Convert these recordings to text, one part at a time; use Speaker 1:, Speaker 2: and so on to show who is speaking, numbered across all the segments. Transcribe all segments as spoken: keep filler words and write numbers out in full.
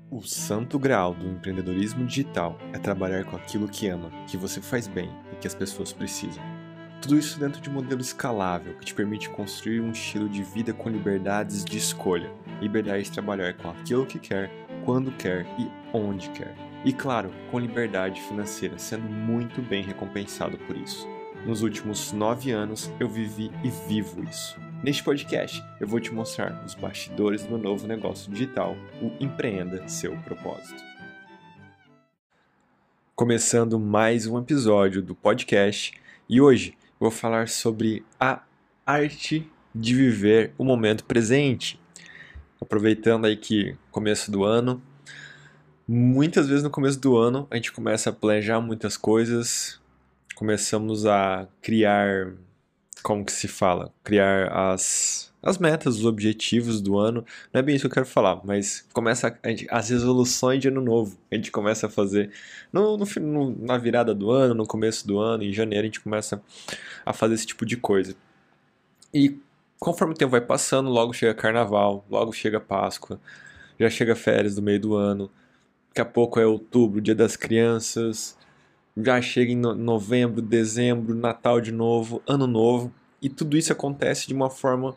Speaker 1: O santo graal do empreendedorismo digital é trabalhar com aquilo que ama, que você faz bem e que as pessoas precisam. Tudo isso dentro de um modelo escalável que te permite construir um estilo de vida com liberdades de escolha. Liberdade de trabalhar com aquilo que quer, quando quer e onde quer. E claro, com liberdade financeira, sendo muito bem recompensado por isso. Nos últimos nove anos, eu vivi e vivo isso. Neste podcast, eu vou te mostrar os bastidores do meu novo negócio digital, o Empreenda Seu Propósito. Começando mais um episódio do podcast, e hoje eu vou falar sobre a arte de viver o momento presente. Aproveitando aí que começo do ano, muitas vezes no começo do ano a gente começa a planejar muitas coisas, começamos a criar... como que se fala, criar as, as metas, os objetivos do ano. Não é bem isso que eu quero falar, mas começa a gente, as resoluções de ano novo. A gente começa a fazer no, no, no, na virada do ano, no começo do ano, em janeiro, a gente começa a fazer esse tipo de coisa. E conforme o tempo vai passando, logo chega carnaval, logo chega Páscoa, já chega férias do meio do ano, daqui a pouco é outubro, dia das crianças, já chega em novembro, dezembro, Natal de novo, Ano Novo, e tudo isso acontece de uma forma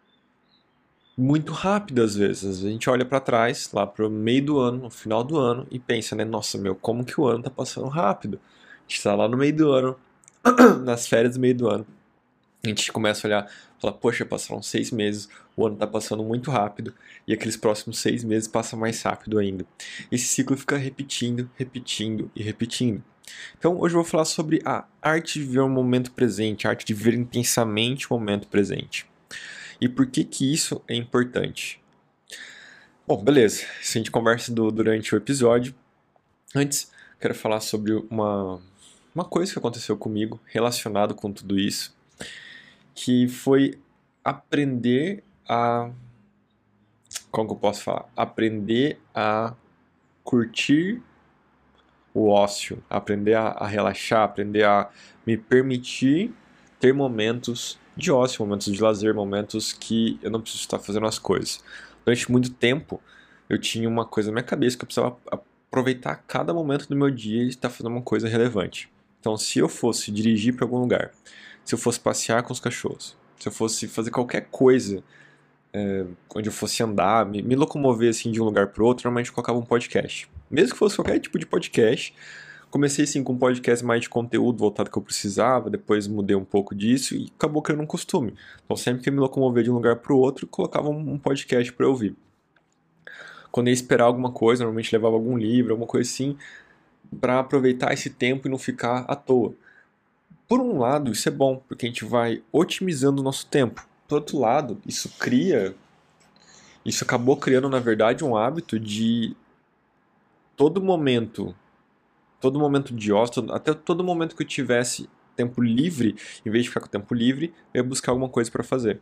Speaker 1: muito rápida às vezes. A gente olha para trás, lá pro meio do ano, no final do ano, e pensa, né, nossa, meu, como que o ano tá passando rápido? A gente tá lá no meio do ano, nas férias do meio do ano, a gente começa a olhar, fala, poxa, passaram seis meses, o ano tá passando muito rápido, e aqueles próximos seis meses passam mais rápido ainda. Esse ciclo fica repetindo, repetindo e repetindo. Então, hoje eu vou falar sobre a arte de viver o momento presente, a arte de viver intensamente o momento presente. E por que que isso é importante? Bom, beleza, isso a gente conversa do, durante o episódio. Antes, quero falar sobre uma, uma coisa que aconteceu comigo relacionado com tudo isso, que foi aprender a... como que eu posso falar? Aprender a curtir o ócio, aprender a, a relaxar, aprender a me permitir ter momentos de ócio, momentos de lazer, momentos que eu não preciso estar fazendo as coisas. Durante muito tempo, eu tinha uma coisa na minha cabeça que eu precisava aproveitar cada momento do meu dia e estar fazendo uma coisa relevante. Então, se eu fosse dirigir para algum lugar, se eu fosse passear com os cachorros, se eu fosse fazer qualquer coisa, é, onde eu fosse andar, me, me locomover assim de um lugar para o outro, normalmente eu colocava um podcast. Mesmo que fosse qualquer tipo de podcast, comecei assim com um podcast mais de conteúdo voltado que eu precisava, depois mudei um pouco disso e acabou criando um costume. Então sempre que eu me locomovia de um lugar para o outro, eu colocava um podcast para eu ouvir. Quando eu ia esperar alguma coisa, normalmente levava algum livro, alguma coisa assim, para aproveitar esse tempo e não ficar à toa. Por um lado, isso é bom, porque a gente vai otimizando o nosso tempo. Por outro lado, isso cria, isso acabou criando, na verdade, um hábito de todo momento, todo momento de ócio, até todo momento que eu tivesse tempo livre, em vez de ficar com tempo livre, eu ia buscar alguma coisa para fazer.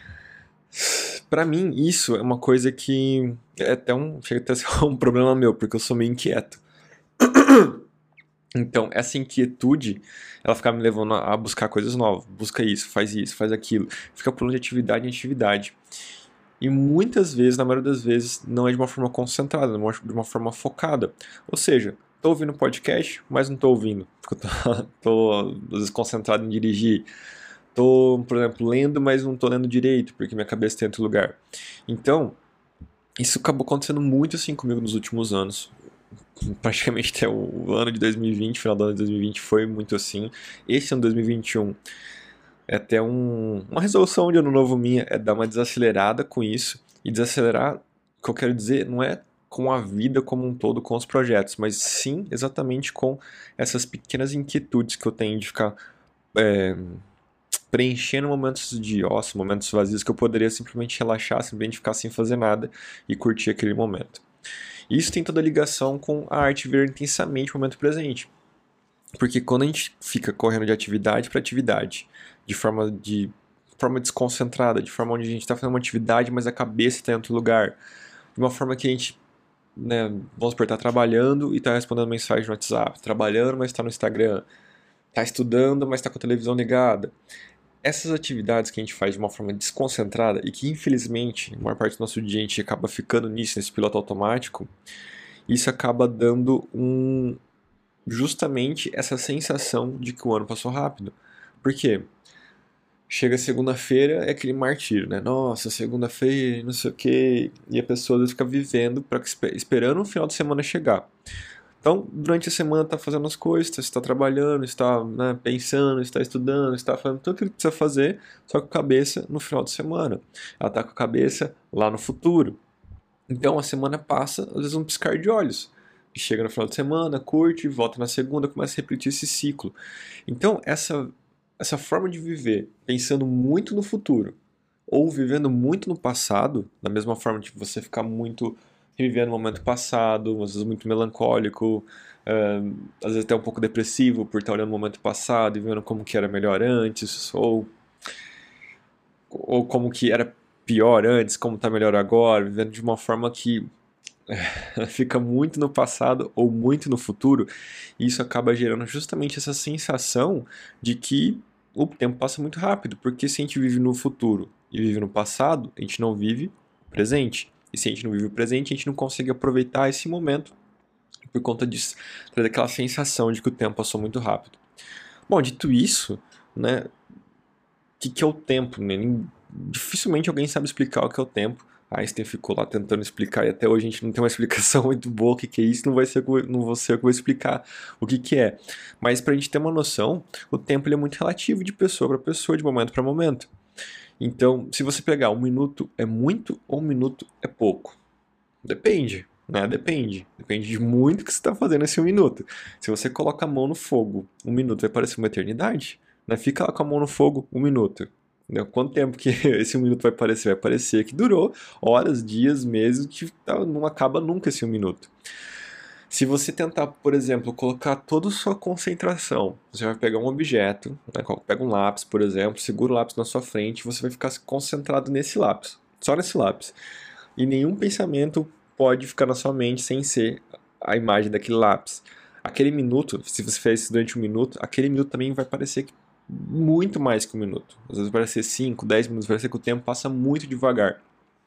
Speaker 1: Para mim, isso é uma coisa que é até um, chega até a ser um problema meu, porque eu sou meio inquieto. Então, essa inquietude, ela fica me levando a buscar coisas novas. Busca isso, faz isso, faz aquilo. Fica pulando de atividade em atividade. E muitas vezes, na maioria das vezes, não é de uma forma concentrada, não é de uma forma focada. Ou seja, estou ouvindo podcast, mas não estou ouvindo. Porque eu estou, às vezes, concentrado em dirigir. Estou, por exemplo, lendo, mas não estou lendo direito, porque minha cabeça está em outro lugar. Então, isso acabou acontecendo muito assim comigo nos últimos anos. Praticamente até o ano de dois mil e vinte, final do ano de dois mil e vinte foi muito assim. Esse ano de dois mil e vinte e um é até um, uma resolução de ano novo minha, é dar uma desacelerada com isso. E desacelerar, o que eu quero dizer, não é com a vida como um todo, com os projetos, mas sim exatamente com essas pequenas inquietudes que eu tenho de ficar é, preenchendo momentos de ócio, momentos vazios que eu poderia simplesmente relaxar, simplesmente ficar sem fazer nada e curtir aquele momento. Isso tem toda a ligação com a arte ver intensamente o momento presente. Porque quando a gente fica correndo de atividade para atividade, de forma, de forma desconcentrada, de forma onde a gente está fazendo uma atividade, mas a cabeça está em outro lugar, de uma forma que a gente, né, vamos supor, está trabalhando e está respondendo mensagem no WhatsApp, trabalhando, mas está no Instagram, está estudando, mas está com a televisão ligada. Essas atividades que a gente faz de uma forma desconcentrada e que, infelizmente, a maior parte do nosso dia a gente acaba ficando nisso, nesse piloto automático, isso acaba dando um, justamente essa sensação de que o ano passou rápido. Por quê? Chega segunda-feira, é aquele martírio, né? Nossa, segunda-feira, não sei o quê. E a pessoa às vezes fica vivendo, pra, esperando o final de semana chegar. Então, durante a semana está fazendo as coisas, está trabalhando, está, né, pensando, está estudando, está fazendo tudo o que ele precisa fazer, só com a cabeça no final de semana. Ela está com a cabeça lá no futuro. Então a semana passa, às vezes um piscar de olhos. Chega no final de semana, curte, volta na segunda, começa a repetir esse ciclo. Então essa, essa forma de viver, pensando muito no futuro, ou vivendo muito no passado, da mesma forma de você ficar muito revivendo o momento passado, às vezes muito melancólico, uh, às vezes até um pouco depressivo por estar olhando o momento passado e vendo como que era melhor antes, ou, ou como que era pior antes, como está melhor agora, vivendo de uma forma que fica muito no passado ou muito no futuro, e isso acaba gerando justamente essa sensação de que o tempo passa muito rápido, porque se a gente vive no futuro e vive no passado, a gente não vive o presente. E se a gente não vive o presente, a gente não consegue aproveitar esse momento por conta disso, daquela sensação de que o tempo passou muito rápido. Bom, dito isso, né, o que, que é o tempo? Né? Dificilmente alguém sabe explicar o que é o tempo. Einstein ficou lá tentando explicar e até hoje a gente não tem uma explicação muito boa o que, que é isso, não vai ser, não vou ser eu que vou explicar o que, que é. Mas para a gente ter uma noção, o tempo ele é muito relativo de pessoa para pessoa, de momento para momento. Então, se você pegar um minuto é muito ou um minuto é pouco? Depende, né? Depende. Depende de muito que você está fazendo nesse um minuto. Se você coloca a mão no fogo, um minuto vai parecer uma eternidade. Né? Fica lá com a mão no fogo, um minuto. Entendeu? Quanto tempo que esse um minuto vai parecer? Vai parecer que durou horas, dias, meses, que não acaba nunca esse um minuto. Se você tentar, por exemplo, colocar toda a sua concentração, você vai pegar um objeto, né, pega um lápis, por exemplo, segura o lápis na sua frente e você vai ficar concentrado nesse lápis, só nesse lápis. E nenhum pensamento pode ficar na sua mente sem ser a imagem daquele lápis. Aquele minuto, se você fez isso durante um minuto, aquele minuto também vai parecer muito mais que um minuto. Às vezes vai parecer cinco, dez minutos, vai parecer que o tempo passa muito devagar.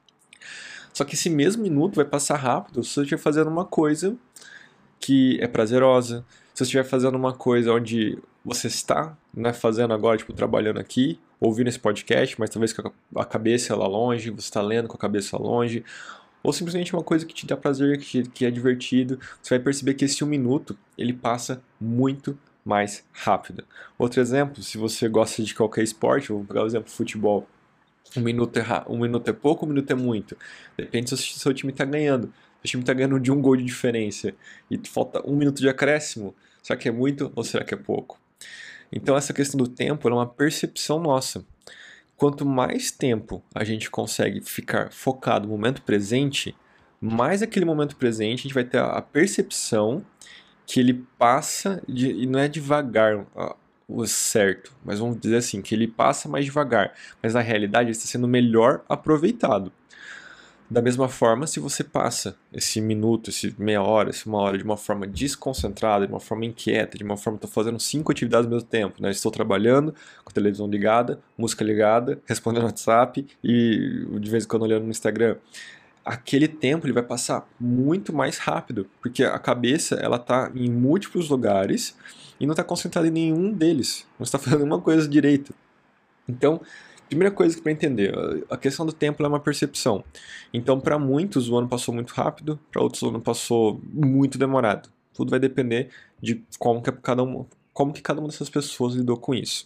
Speaker 1: Só que esse mesmo minuto vai passar rápido se você estiver fazendo uma coisa que é prazerosa, se você estiver fazendo uma coisa onde você está, né, fazendo agora, tipo, trabalhando aqui, ouvindo esse podcast, mas talvez com a cabeça lá longe, você está lendo com a cabeça longe, ou simplesmente uma coisa que te dá prazer, que, que é divertido, você vai perceber que esse um minuto, ele passa muito mais rápido. Outro exemplo, se você gosta de qualquer esporte, vou pegar o exemplo do futebol, um minuto é, um minuto é pouco, um minuto é muito. Depende se o seu time está ganhando. Se o time está ganhando de um gol de diferença e falta um minuto de acréscimo, será que é muito ou será que é pouco? Então essa questão do tempo é uma percepção nossa. Quanto mais tempo a gente consegue ficar focado no momento presente, mais aquele momento presente a gente vai ter a percepção que ele passa, de, e não é devagar o certo, mas vamos dizer assim, que ele passa mais devagar, mas na realidade ele está sendo melhor aproveitado. Da mesma forma, se você passa esse minuto, esse meia hora, essa uma hora de uma forma desconcentrada, de uma forma inquieta, de uma forma que estou fazendo cinco atividades ao mesmo tempo, né? Estou trabalhando, com a televisão ligada, música ligada, respondendo WhatsApp e de vez em quando olhando no Instagram. Aquele tempo ele vai passar muito mais rápido, porque a cabeça ela está em múltiplos lugares e não está concentrada em nenhum deles, não está fazendo nenhuma coisa direito. Então, primeira coisa para entender, a questão do tempo é uma percepção. Então, para muitos o ano passou muito rápido, para outros o ano passou muito demorado. Tudo vai depender de como que cada uma, como que cada uma dessas pessoas lidou com isso.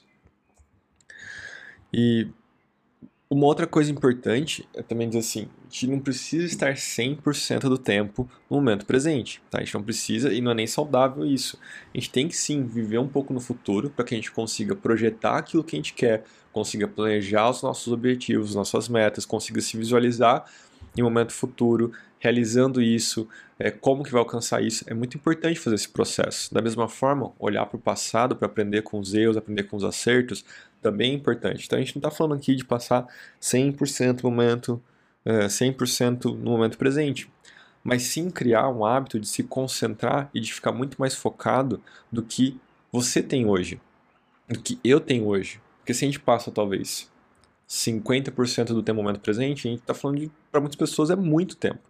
Speaker 1: E uma outra coisa importante é também dizer assim, a gente não precisa estar cem por cento do tempo no momento presente, tá? A gente não precisa e não é nem saudável isso. A gente tem que sim viver um pouco no futuro para que a gente consiga projetar aquilo que a gente quer, consiga planejar os nossos objetivos, nossas metas, consiga se visualizar em um momento futuro, realizando isso, é, como que vai alcançar isso. É muito importante fazer esse processo. Da mesma forma, olhar para o passado para aprender com os erros, aprender com os acertos, também é importante. Então a gente não está falando aqui de passar cem por cento no momento, é, cem por cento no momento presente, mas sim criar um hábito de se concentrar e de ficar muito mais focado do que você tem hoje, do que eu tenho hoje. Porque se a gente passa talvez cinquenta por cento do tempo no momento presente, a gente está falando de, para muitas pessoas é muito tempo.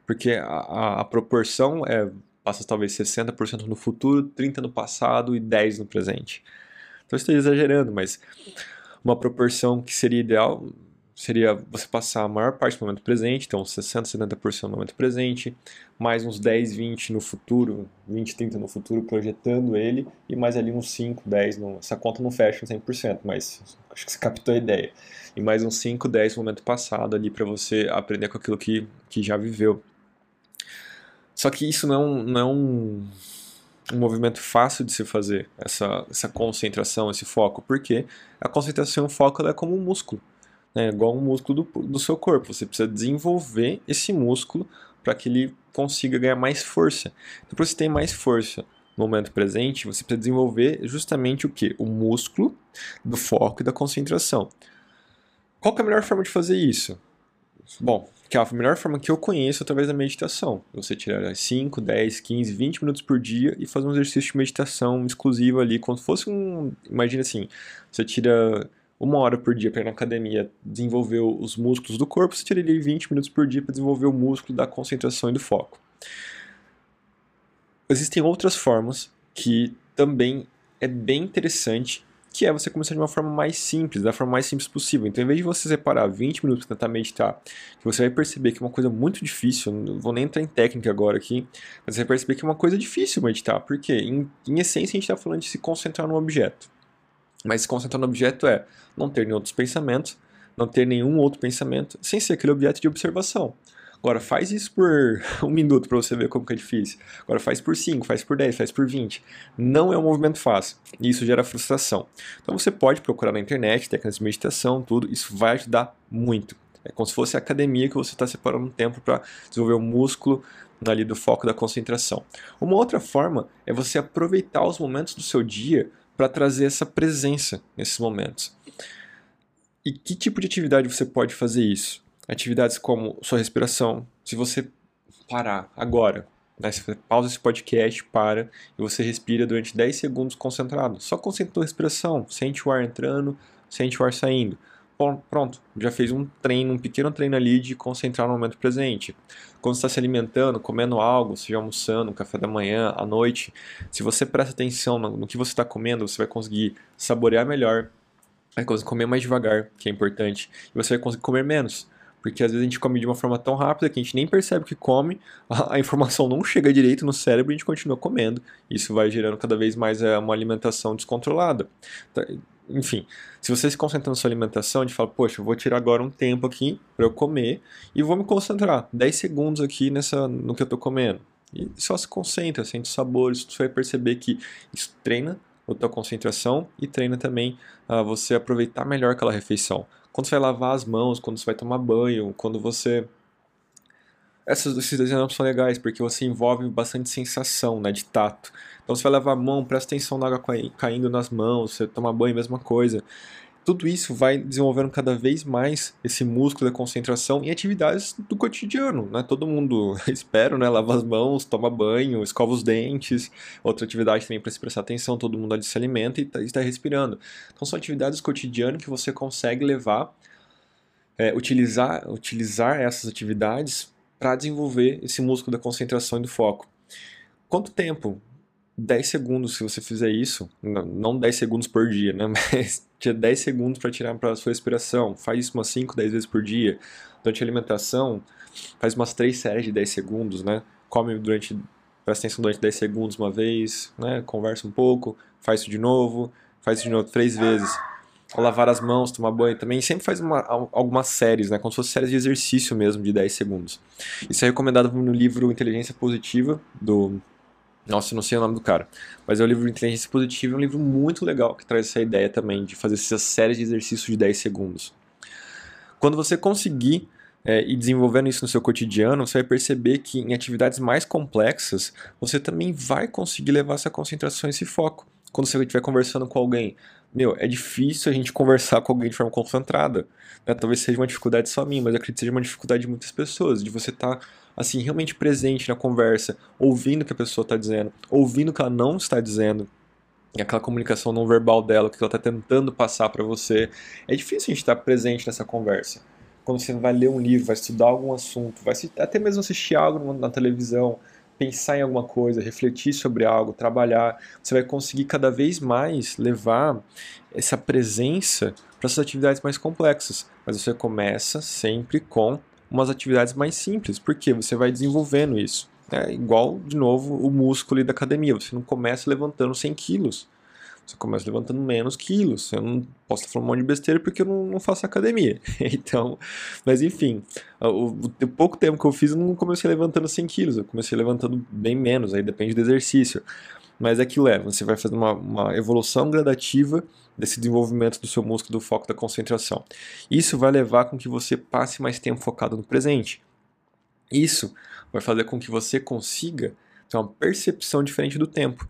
Speaker 1: porque a, a, a proporção é, passa talvez sessenta por cento no futuro, trinta por cento no passado e dez por cento no presente. Então eu estou exagerando, mas uma proporção que seria ideal seria você passar a maior parte do momento presente, então sessenta, setenta por cento no momento presente, mais uns dez, vinte no futuro, vinte, trinta no futuro, projetando ele, e mais ali uns cinco, dez, no, essa conta não fecha cem por cento, mas acho que você captou a ideia. E mais uns cinco, dez no momento passado ali para você aprender com aquilo que, que já viveu. Só que isso não é um, não é um, um movimento fácil de se fazer, essa, essa concentração, esse foco, porque a concentração e o foco ela é como um músculo. É igual um músculo do, do seu corpo. Você precisa desenvolver esse músculo para que ele consiga ganhar mais força. Então, para você ter mais força no momento presente, você precisa desenvolver justamente o quê? O músculo do foco e da concentração. Qual que é a melhor forma de fazer isso? Bom, que a melhor forma que eu conheço é através da meditação. Você tirar cinco, dez, quinze, vinte minutos por dia e fazer um exercício de meditação exclusivo ali, como se fosse um... Imagina assim, você tira uma hora por dia para ir na academia desenvolver os músculos do corpo, você tiraria vinte minutos por dia para desenvolver o músculo da concentração e do foco. Existem outras formas que também é bem interessante, que é você começar de uma forma mais simples, da forma mais simples possível. Então, em vez de você separar vinte minutos para tentar meditar, que você vai perceber que é uma coisa muito difícil, não vou nem entrar em técnica agora aqui, mas você vai perceber que é uma coisa difícil meditar, porque em, em essência a gente está falando de se concentrar num objeto. Mas se concentrar no objeto é não ter nenhum outros pensamentos, não ter nenhum outro pensamento, sem ser aquele objeto de observação. Agora, faz isso por um minuto para você ver como que é difícil. Agora, faz por cinco, faz por dez, faz por vinte. Não é um movimento fácil. E isso gera frustração. Então, você pode procurar na internet, técnicas de meditação, tudo. Isso vai ajudar muito. É como se fosse a academia que você está separando um tempo para desenvolver o músculo ali do foco da concentração. Uma outra forma é você aproveitar os momentos do seu dia para trazer essa presença nesses momentos. E que tipo de atividade você pode fazer isso? Atividades como sua respiração. Se você parar agora, né, você pausa esse podcast, para e você respira durante dez segundos concentrado. Só concentra na respiração, sente o ar entrando, sente o ar saindo. Bom, pronto, já fez um treino, um pequeno treino ali de concentrar no momento presente. Quando você está se alimentando, comendo algo, seja almoçando, café da manhã, à noite, se você presta atenção no que você está comendo, você vai conseguir saborear melhor, vai conseguir comer mais devagar, que é importante, e você vai conseguir comer menos. Porque às vezes a gente come de uma forma tão rápida que a gente nem percebe que come, a informação não chega direito no cérebro e a gente continua comendo. Isso vai gerando cada vez mais uma alimentação descontrolada. Enfim, se você se concentra na sua alimentação, a gente fala, poxa, eu vou tirar agora um tempo aqui para eu comer e vou me concentrar, dez segundos aqui nessa, no que eu estou comendo. E só se concentra, sente os sabores, você vai perceber que isso treina a tua concentração e treina também uh, você aproveitar melhor aquela refeição. Quando você vai lavar as mãos, quando você vai tomar banho, quando você... Essas, esses exemplos são legais, porque você envolve bastante sensação, né, de tato. Então você vai lavar a mão, presta atenção na água caindo nas mãos, você toma banho, mesma coisa. Tudo isso vai desenvolvendo cada vez mais esse músculo da concentração em atividades do cotidiano, né? Todo mundo, espero, né, lava as mãos, toma banho, escova os dentes. Outra atividade também para se prestar atenção, todo mundo ali se alimenta e está respirando. Então são atividades cotidianas que você consegue levar, é, utilizar, utilizar essas atividades para desenvolver esse músculo da concentração e do foco. Quanto tempo? dez segundos se você fizer isso, não dez segundos por dia, né? Mas tinha dez segundos para tirar para a sua respiração, faz isso umas cinco, dez vezes por dia. Durante a alimentação, faz umas três séries de dez segundos, né? Come durante, presta atenção durante dez segundos uma vez, né? Conversa um pouco, faz isso de novo, faz isso de novo três vezes. Lavar as mãos, tomar banho também, sempre faz uma, algumas séries, né? Como se fossem séries de exercício mesmo, de dez segundos. Isso é recomendado no livro Inteligência Positiva, do... Nossa, eu não sei o nome do cara, mas é o livro Inteligência Positiva, é um livro muito legal que traz essa ideia também de fazer essas séries de exercícios de dez segundos. Quando você conseguir é, ir desenvolvendo isso no seu cotidiano, você vai perceber que em atividades mais complexas, você também vai conseguir levar essa concentração e esse foco. Quando você estiver conversando com alguém, meu, é difícil a gente conversar com alguém de forma concentrada, né? Talvez seja uma dificuldade só minha, mas eu acredito que seja uma dificuldade de muitas pessoas, de você estar, tá, assim, realmente presente na conversa, ouvindo o que a pessoa está dizendo, ouvindo o que ela não está dizendo, e aquela comunicação não verbal dela, o que ela está tentando passar para você. É difícil a gente estar presente nessa conversa. quando você vai ler um livro, vai estudar algum assunto, vai até mesmo assistir algo na televisão, pensar em alguma coisa, refletir sobre algo, trabalhar, você vai conseguir cada vez mais levar essa presença para essas atividades mais complexas. Mas você começa sempre com umas atividades mais simples, porque você vai desenvolvendo isso. É igual, de novo, o músculo da academia. Você não começa levantando cem quilos. Você começa levantando menos quilos. Eu não posso estar falando um monte de besteira porque eu não, não faço academia. Então, mas enfim, o, o pouco tempo que eu fiz, eu não comecei levantando cem quilos. Eu comecei levantando bem menos, aí depende do exercício. Mas aquilo é, você vai fazer uma, uma evolução gradativa desse desenvolvimento do seu músculo, do foco, da concentração. Isso vai levar com que você passe mais tempo focado no presente. Isso vai fazer com que você consiga ter uma percepção diferente do tempo.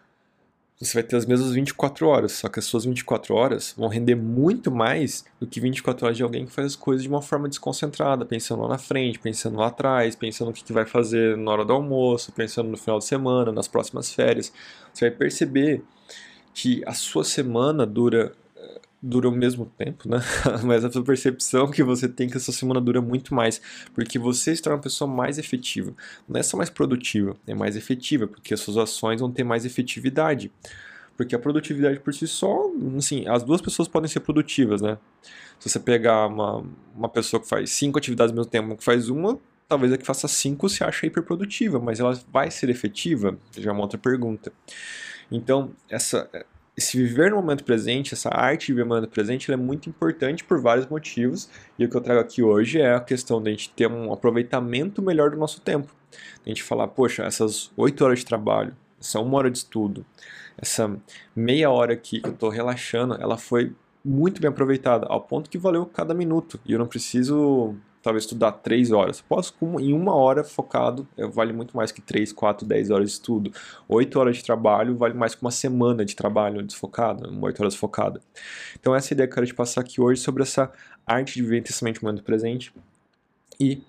Speaker 1: Você vai ter as mesmas vinte e quatro horas, só que as suas vinte e quatro horas vão render muito mais do que vinte e quatro horas de alguém que faz as coisas de uma forma desconcentrada, pensando lá na frente, pensando lá atrás, pensando no que vai fazer na hora do almoço, pensando no final de semana, nas próximas férias. Você vai perceber que a sua semana dura dura o mesmo tempo, né? Mas a sua percepção que você tem que essa semana dura muito mais, porque você se torna uma pessoa mais efetiva. Não é só mais produtiva, é mais efetiva, porque as suas ações vão ter mais efetividade. Porque a produtividade por si só, assim, as duas pessoas podem ser produtivas, né? Se você pegar uma, uma pessoa que faz cinco atividades ao mesmo tempo, que faz uma, talvez a que faça cinco se ache hiperprodutiva, mas ela vai ser efetiva? Já é uma outra pergunta. Então, essa esse viver no momento presente, essa arte de viver no momento presente, ela é muito importante por vários motivos. E o que eu trago aqui hoje é a questão de a gente ter um aproveitamento melhor do nosso tempo. A gente falar, poxa, essas oito horas de trabalho, essa uma hora de estudo, essa meia hora aqui que eu estou relaxando, ela foi muito bem aproveitada, ao ponto que valeu cada minuto. E eu não preciso, talvez, estudar três horas. Posso, em uma hora focado, vale muito mais que três, quatro, dez horas de estudo. Oito horas de trabalho vale mais que uma semana de trabalho desfocado, oito horas focada. Então essa é a ideia que eu quero te passar aqui hoje sobre essa arte de viver intensamente o momento presente. E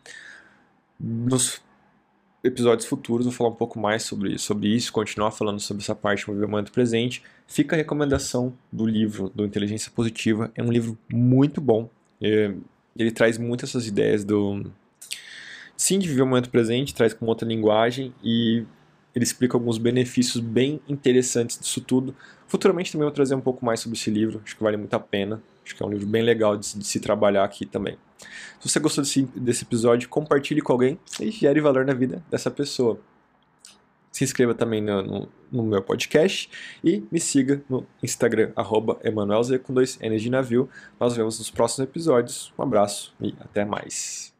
Speaker 1: nos episódios futuros eu vou falar um pouco mais sobre, sobre isso, continuar falando sobre essa parte do momento presente. Fica a recomendação do livro do Inteligência Positiva. É um livro muito bom. É, ele traz muitas essas ideias do sim de viver o momento presente, traz com outra linguagem e ele explica alguns benefícios bem interessantes disso tudo. Futuramente também vou trazer um pouco mais sobre esse livro, acho que vale muito a pena. Acho que é um livro bem legal de, de se trabalhar aqui também. Se você gostou desse, desse episódio, compartilhe com alguém e gere valor na vida dessa pessoa. Se inscreva também no, no, no meu podcast e me siga no Instagram, arroba emanuelz com dois N's de navio. Nós vemos nos próximos episódios. Um abraço e até mais.